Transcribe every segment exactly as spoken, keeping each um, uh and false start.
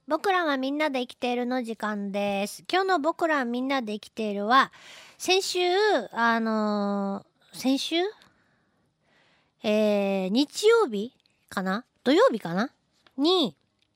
僕らはみんなで生きているの時間です。今日の僕らはみんなで生きているは、先週、あのー先週えー、日曜日かな土曜日かなに、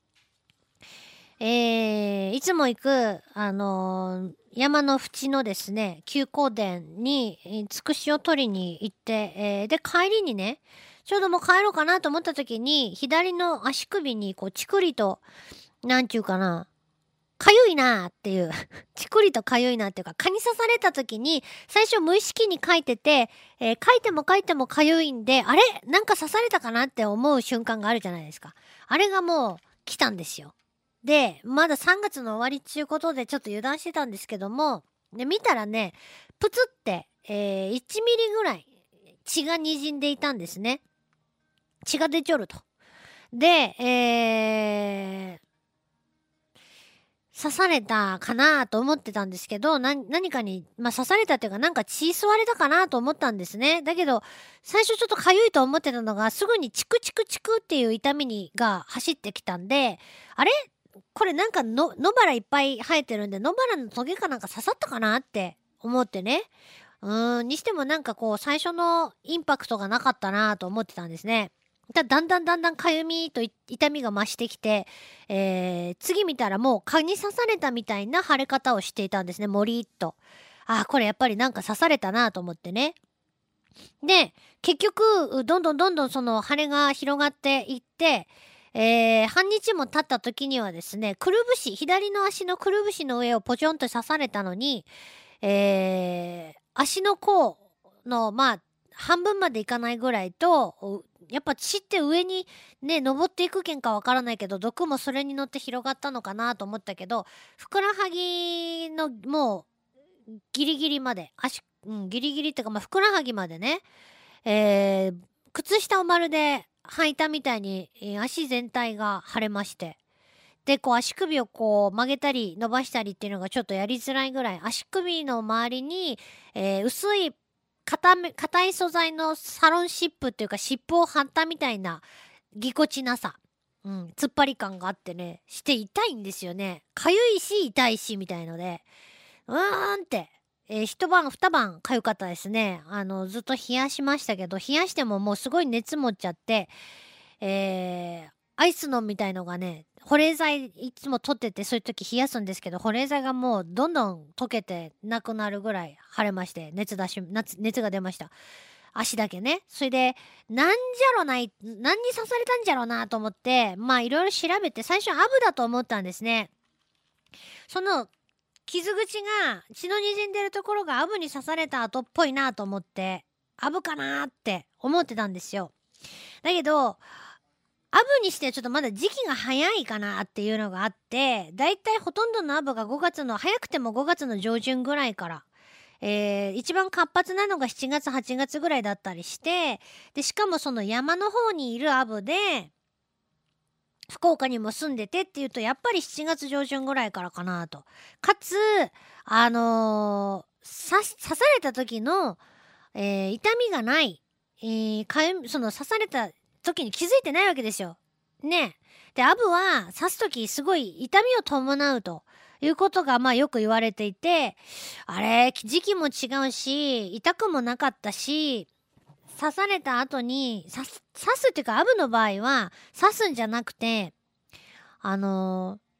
えー、いつも行く、あのー山の淵のですね、休耕田に、えーつくしを取りに行って、えーで、帰りにね、ちょうどもう帰ろうかなと思った時に、左の足首に、こう、チクリと、なんちゅうかな、かゆいなーっていうチクリとかゆいなっていうか、蚊に刺された時に、最初無意識に書いてて、えー書いても書いてもかゆいんで、あれなんか刺されたかなって思う瞬間があるじゃないですか。あれがもう来たんですよ。で、まださんがつの終わりっちゅうことでちょっと油断してたんですけども、で、見たらね、プツって、えーいちミリぐらい血が滲んでいたんですね。血が出ちょると。で、えー、刺されたかなと思ってたんですけど、な、何かに、まあ、刺されたっていうか、なんか血吸われたかなと思ったんですね。だけど、最初ちょっと痒いと思ってたのが、すぐにチクチクチクっていう痛みに、が走ってきたんで、あれこれなんかの、野原いっぱい生えてるんで、野原のトゲかなんか刺さったかなって思ってね。うーん、にしてもなんかこう、最初のインパクトがなかったなと思ってたんですね。だだんだんだんだんかゆみとい痛みが増してきて、えー次見たらもう蚊に刺されたみたいな腫れ方をしていたんですね、もりっと。あー、これやっぱりなんか刺されたなと思ってね。で、結局、どんどんどんどんその腫れが広がっていって、えー半日も経った時にはですね、くるぶし、左の足のくるぶしの上をポチョンと刺されたのに、えー足の甲の、まあ、半分までいかないぐらいと、おやっぱ血って上にね、登っていくけんかわからないけど、毒もそれに乗って広がったのかなと思ったけど、ふくらはぎのもうギリギリまで、足、うん、ギリギリっていうか、まあ、ふくらはぎまでね、えー靴下をまるで履いたみたいに、えー足全体が腫れまして、で、こう足首をこう曲げたり伸ばしたりっていうのがちょっとやりづらいぐらい、足首の周りに、えー薄い硬め、硬い素材のサロンシップっていうか湿布を貼ったみたいなぎこちなさ。うん、突っ張り感があってね、して痛いんですよね。かゆいし痛いしみたいので、うーんって、えー一晩二晩かゆかったですね。あの、ずっと冷やしましたけど、冷やしてももうすごい熱持っちゃって、えー、アイスのみたいのがね、保冷剤いつも取っててそういう時冷やすんですけど、保冷剤がもうどんどん溶けてなくなるぐらい腫れまして、熱出し、熱、熱が出ました。足だけね。それで、なんじゃろない、何に刺されたんじゃろうなと思って、まあいろいろ調べて、最初アブだと思ったんですね。その傷口が血の滲んでるところがアブに刺された跡っぽいなと思って、アブかなーって思ってたんですよ。だけど、アブにしてはちょっとまだ時期が早いかなっていうのがあって、だいたいほとんどのアブがごがつの、早くてもごがつの上旬ぐらいから、えー、一番活発なのがしちがつ、はちがつぐらいだったりして、で、しかもその山の方にいるアブで、福岡にも住んでてっていうと、やっぱりしちがつ上旬ぐらいからかなと。かつ、あのー、刺刺された時の、えー痛みがない、えーかゆみ、その刺された時に気づいてないわけですよ。ね。で、アブは刺す時すごい痛みを伴うということがまあよく言われていて、あれ、時期も違うし、痛くもなかったし、刺された後に、刺す、刺すっていうかアブの場合は刺すんじゃなくて、あのー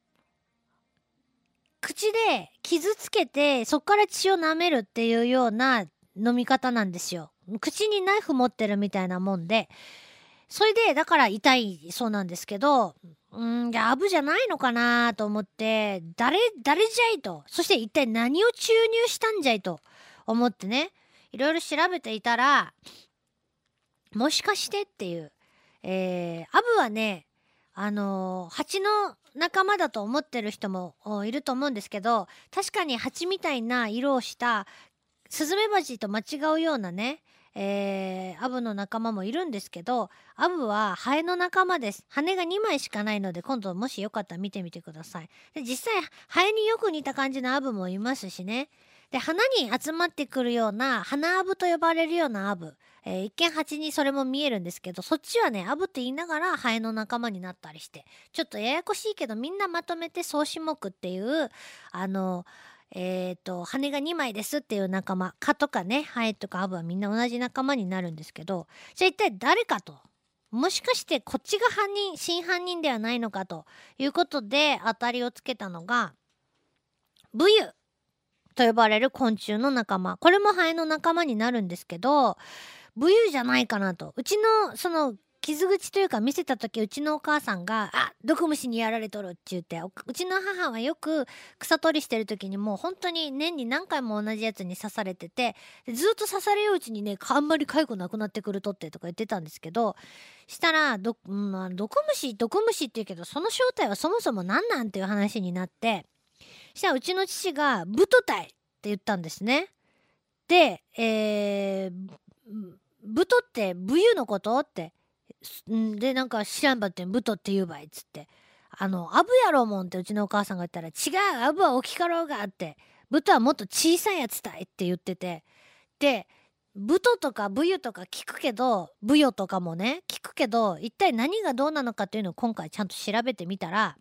口で傷つけてそっから血を舐めるっていうような飲み方なんですよ。口にナイフ持ってるみたいなもんで、それでだから痛いそうなんですけど、うーん、じゃあアブじゃないのかなと思って、誰、誰じゃいと、そして一体何を注入したんじゃいと思ってね、いろいろ調べていたら、もしかしてっていう、えー、アブはね、あのー蜂の仲間だと思ってる人もおいると思うんですけど、確かに蜂みたいな色をしたスズメバチと間違うようなね、えー、アブの仲間もいるんですけど、アブはハエの仲間です。羽がにまいしかないので、今度もしよかったら見てみてください。で、実際、ハエによく似た感じのアブもいますしね。で、花に集まってくるような、花アブと呼ばれるようなアブ。 えー一見蜂にそれも見えるんですけど、そっちはねアブって言いながらハエの仲間になったりして、ちょっとややこしいけどみんなまとめて総種目っていうあのえーと羽がにまいですっていう仲間、蚊とかねハエとかアブはみんな同じ仲間になるんですけど、じゃあ一体誰かと、もしかしてこっちが犯人真犯人ではないのかということで当たりをつけたのがブユと呼ばれる昆虫の仲間。これもハエの仲間になるんですけど、ブユじゃないかなと。うちのその傷口というか見せた時、うちのお母さんが「あ、毒虫にやられとる」って言って、うちの母はよく草取りしてる時にもう本当に年に何回も同じやつに刺されてて、ずっと刺されよううちにね、あんまり痒くなくなってくるとってとか言ってたんですけど、したらど、うんまあ、毒虫毒虫って言うけど、その正体はそもそも何なんっていう話になって、したらうちの父がブトタイって言ったんですね。で、えー、ブトってブユのことって。んで、なんか知らんばってんブトって言うばいっつって。あの、アブやろうもんってうちのお母さんが言ったら、違う、アブは大きかろうがって、ブトはもっと小さいやつたいって言ってて。で、ブトとかブユとか聞くけど、ブヨとかもね、聞くけど、一体何がどうなのかっていうのを今回ちゃんと調べてみたら、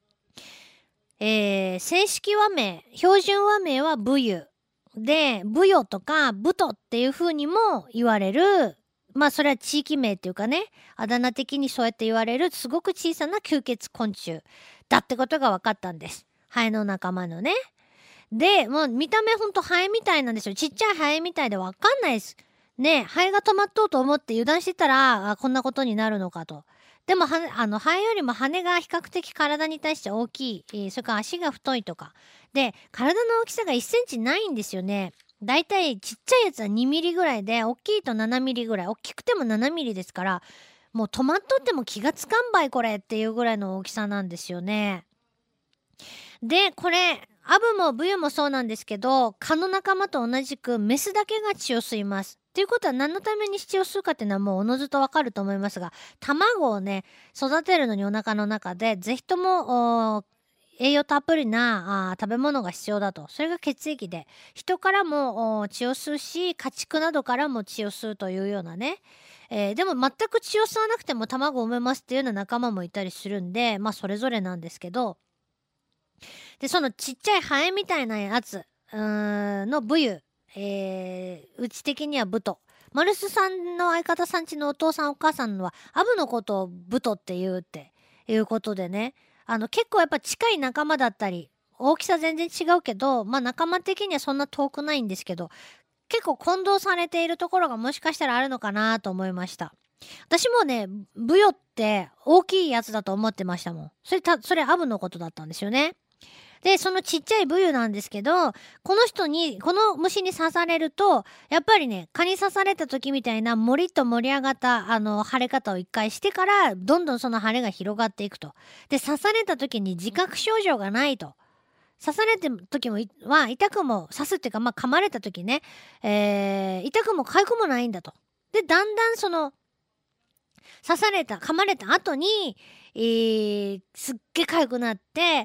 えー正式和名、標準和名はブユで、ブヨとかブトっていう風にも言われる、まあそれは地域名っていうかね、あだ名的にそうやって言われるすごく小さな吸血昆虫だってことが分かったんです。ハエの仲間のね。で、もう見た目ほんとハエみたいなんですよ。ちっちゃいハエみたいで分かんないです。ね、ハエが止まっとうと思って油断してたら、あ、こんなことになるのかと。でもは、あの、ハエよりも羽が比較的体に対して大きい、えーそれから足が太いとか。で、体の大きさがいっセンチないんですよね。だいたいちっちゃいやつはにミリぐらいで、大きいとななミリぐらい。大きくてもななミリですから、もう止まっとっても気がつかんばいこれっていうぐらいの大きさなんですよね。で、これ、アブもブユもそうなんですけど、蚊の仲間と同じくメスだけが血を吸います。ということは何のために血を吸うかっていうのはもうおのずとわかると思いますが、卵をね、育てるのにお腹の中で、ぜひとも、おー栄養たっぷりなあー食べ物が必要だと。それが血液で、人からもおー血を吸うし、家畜などからも血を吸うというようなね。えーでも全く血を吸わなくても卵を産めますっていうような仲間もいたりするんで、まあそれぞれなんですけど、で、そのちっちゃいハエみたいなやつ、うーんのブユ、えー、うち的にはブト。マルスさんの相方さんちのお父さんお母さんはアブのことをブトって言うっていうことでね、あの結構やっぱ近い仲間だったり、大きさ全然違うけど、まあ仲間的にはそんな遠くないんですけど、結構混同されているところがもしかしたらあるのかなと思いました。私もね、ブヨって大きいやつだと思ってましたもん。それた、それアブのことだったんですよね。で、そのちっちゃいブユなんですけど、この人に、この虫に刺されると、やっぱりね、蚊に刺された時みたいな、もりっと盛り上がった、あの、腫れ方を一回してから、どんどんその腫れが広がっていくと。で、刺された時に自覚症状がないと。刺されてる時もいは、痛くも、刺すっていうか、まあ、噛まれた時ね、えー、痛くも痒くもないんだと。で、だんだんその、刺された、噛まれた後に、えー、すっげえ痒くなって、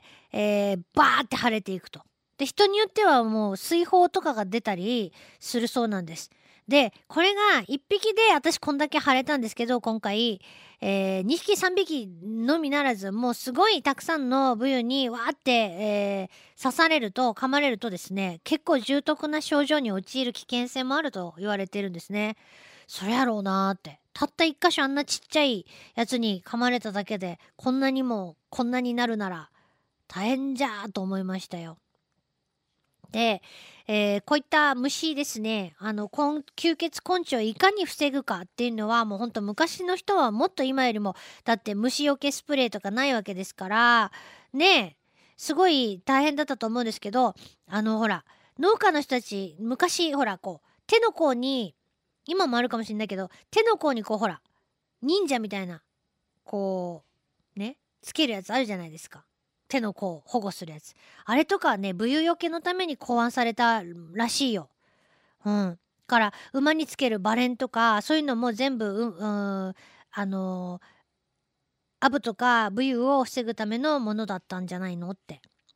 えー、バーって腫れていくと。で、人によってはもう水泡とかが出たりするそうなんです。で、これがいっぴきで私こんだけ腫れたんですけど、今回、えー、にひきさんびきのみならず、もうすごいたくさんのブユにわーって、えー、刺されると、噛まれるとですね、結構重篤な症状に陥る危険性もあると言われてるんですね。そりゃろうなーって。たった一箇所あんなちっちゃいやつに噛まれただけで、こんなにもこんなになるなら大変じゃーと思いましたよ。で、えーこういった虫ですね、あの、こん吸血昆虫をいかに防ぐかっていうのは、もうほんと昔の人はもっと今よりも、だって虫除けスプレーとかないわけですから、ねえ、すごい大変だったと思うんですけど、あの、ほら、農家の人たち、昔、ほら、こう、手の甲に、今もあるかもしれないけど、手の甲にこう、ほら、忍者みたいな、こう、ね、つけるやつあるじゃないですか。手の甲を保護するやつ。あれとかはね、武勇よけのために考案されたらしいよ。うん。から、馬につける馬連とか、そういうのも全部、う、うん、あのーアブとか武勇を防ぐためのものだったんじゃないのって。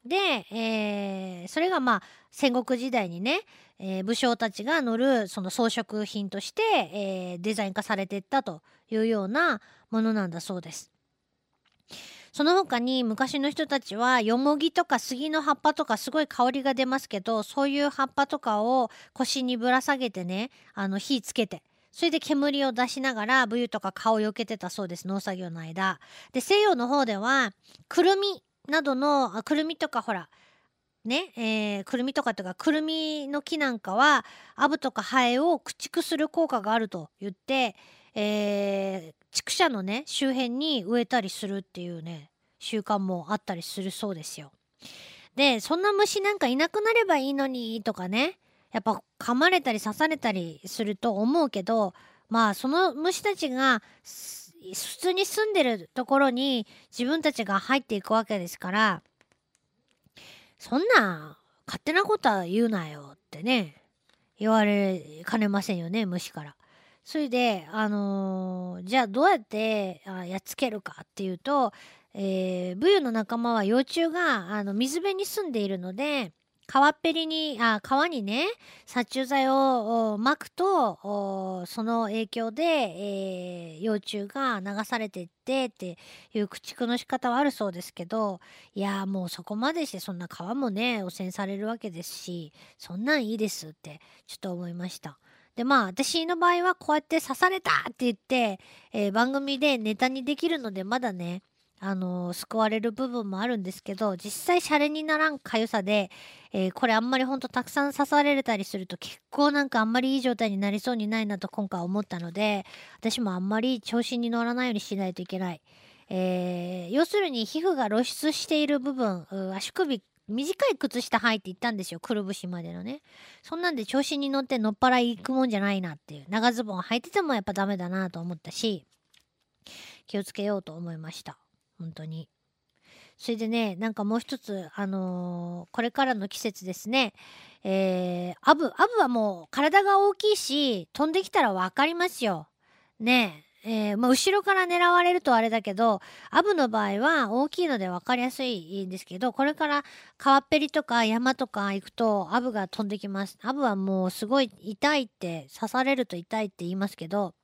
で、えー、それがまあ戦国時代にね、えー、武将たちが乗るその装飾品として、えー、デザイン化されていったというようなものなんだそうです。その他に昔の人たちはよもぎとか杉の葉っぱとかすごい香りが出ますけど、そういう葉っぱとかを腰にぶら下げてね、あの火つけて、それで煙を出しながら冬とか蚊をよけてたそうです、農作業の間で。西洋の方ではくるみなどの、あくるみとかほらね、えー、くるみとかとかくるみの木なんかはアブとかハエを駆逐する効果があると言って、えー、畜舎のね周辺に植えたりするっていうね習慣もあったりするそうですよ。で、そんな虫なんかいなくなればいいのにとかね、やっぱ噛まれたり刺されたりすると思うけど、まあその虫たちが普通に住んでるところに自分たちが入っていくわけですから、そんな勝手なことは言うなよってね言われかねませんよね、虫から。それであのー、じゃあどうやってあやっつけるかっていうと、えー、ブユの仲間は幼虫があの水辺に住んでいるので、川っぺりにあ川にね殺虫剤をまくとその影響で、えー、幼虫が流されていってっていう駆逐の仕方はあるそうですけど、いやもうそこまでしてそんな川もね汚染されるわけですし、そんなんいいですってちょっと思いました。でまあ私の場合はこうやって刺されたって言って、えー、番組でネタにできるのでまだねあのー、救われる部分もあるんですけど、実際シャレにならんかゆさで、えー、これあんまりほんとたくさん刺されたりすると結構なんかあんまりいい状態になりそうにないなと今回思ったので、私もあんまり調子に乗らないようにしないといけない。えー、要するに皮膚が露出している部分、足首短い靴下履いて行ったんですよ、くるぶしまでのね。そんなんで調子に乗ってのっぱら行くもんじゃないなっていう、長ズボン履いててもやっぱダメだなと思ったし、気をつけようと思いました。本当に。それでね、なんかもう一つ、あのー、これからの季節ですね。えー、アブ、アブはもう体が大きいし、飛んできたらわかりますよ。ねえ。えー、まあ、後ろから狙われるとあれだけど、アブの場合は大きいのでわかりやすいんですけど、これから川っぺりとか山とか行くとアブが飛んできます。アブはもうすごい痛いって、刺されると痛いって言いますけど、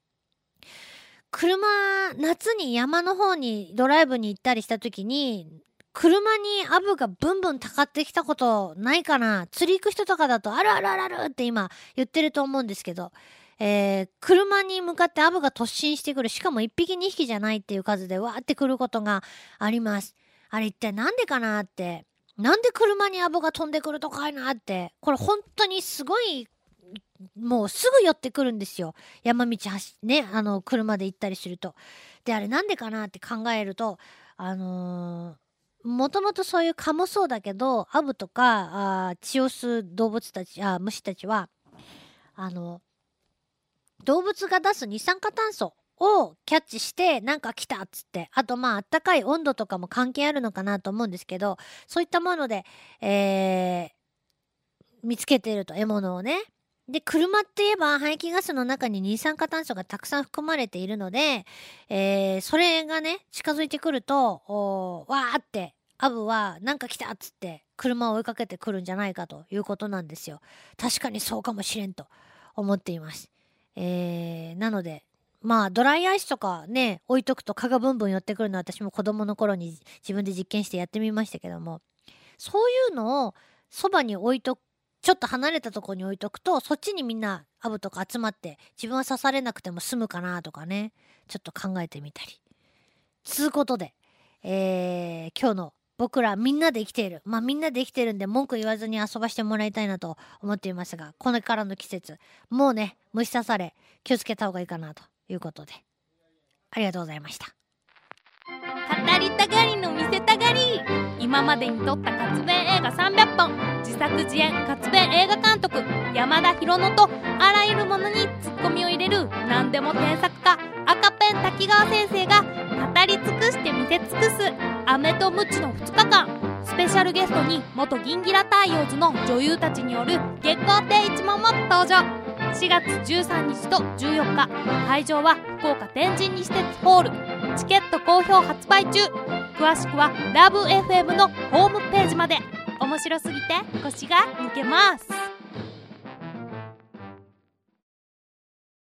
車、夏に山の方にドライブに行ったりした時に、車にアブがブンブンたかってきたことないかな。釣り行く人とかだとあるあるあるあるって今言ってると思うんですけど、えー、車に向かってアブが突進してくる。しかもいっぴきにひきじゃないっていう数でわーってくることがあります。あれ一体なんでかなって。なんで車にアブが飛んでくるとかいなって。これ本当にすごいもうすぐ寄ってくるんですよ。山道走ね、あの車で行ったりすると。であれなんでかなって考えると、あのー、もともとそういう蚊もそうだけど、アブとかあ血を吸う動物たちあ虫たちはあの動物が出す二酸化炭素をキャッチしてなんか来たっつって、あとまああったかい温度とかも関係あるのかなと思うんですけど、そういったもので、えー、見つけてると獲物をね。で、車って言えば排気ガスの中に二酸化炭素がたくさん含まれているので、えー、それがね、近づいてくると、わーって、アブはなんか来たっつって車を追いかけてくるんじゃないかということなんですよ。確かにそうかもしれんと思っています。えー、なので、まあドライアイスとかね、置いとくと蚊がブンブン寄ってくるのは私も子供の頃に自分で実験してやってみましたけども、そういうのをそばに置いとく、ちょっと離れたところに置いとくと、そっちにみんなアブとか集まって自分は刺されなくても済むかなとかね、ちょっと考えてみたり。つうことで、えー、今日の僕らみんなで生きている。まあみんなで生きてるんで文句言わずに遊ばしてもらいたいなと思っていますが、これからの季節、もうね、虫刺され気をつけた方がいいかなということで。ありがとうございました。 語りたがりの見せたがり。今までに撮った活弁映画さんびゃっぽん、自作自演活弁映画監督山田博乃と、あらゆるものにツッコミを入れる何でも添削家赤ペン滝川先生が語り尽くして見せ尽くす飴とムチのふつかかん。スペシャルゲストに元銀ギラ太陽図の女優たちによる月光亭一門も登場。しがつじゅうさんにちとじゅうよっか、会場は福岡天神西鉄ホール。チケット好評発売中。 詳しくはラブ エフエム のホームページまで。面白すぎて腰が抜けます。